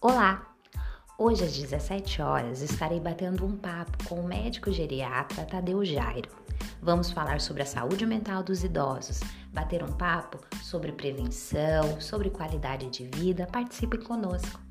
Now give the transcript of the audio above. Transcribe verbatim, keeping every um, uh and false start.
Olá! Hoje às dezessete horas estarei batendo um papo com o médico geriatra Tadeu Jairo. Vamos falar sobre a saúde mental dos idosos, bater um papo sobre prevenção, sobre qualidade de vida. Participe conosco!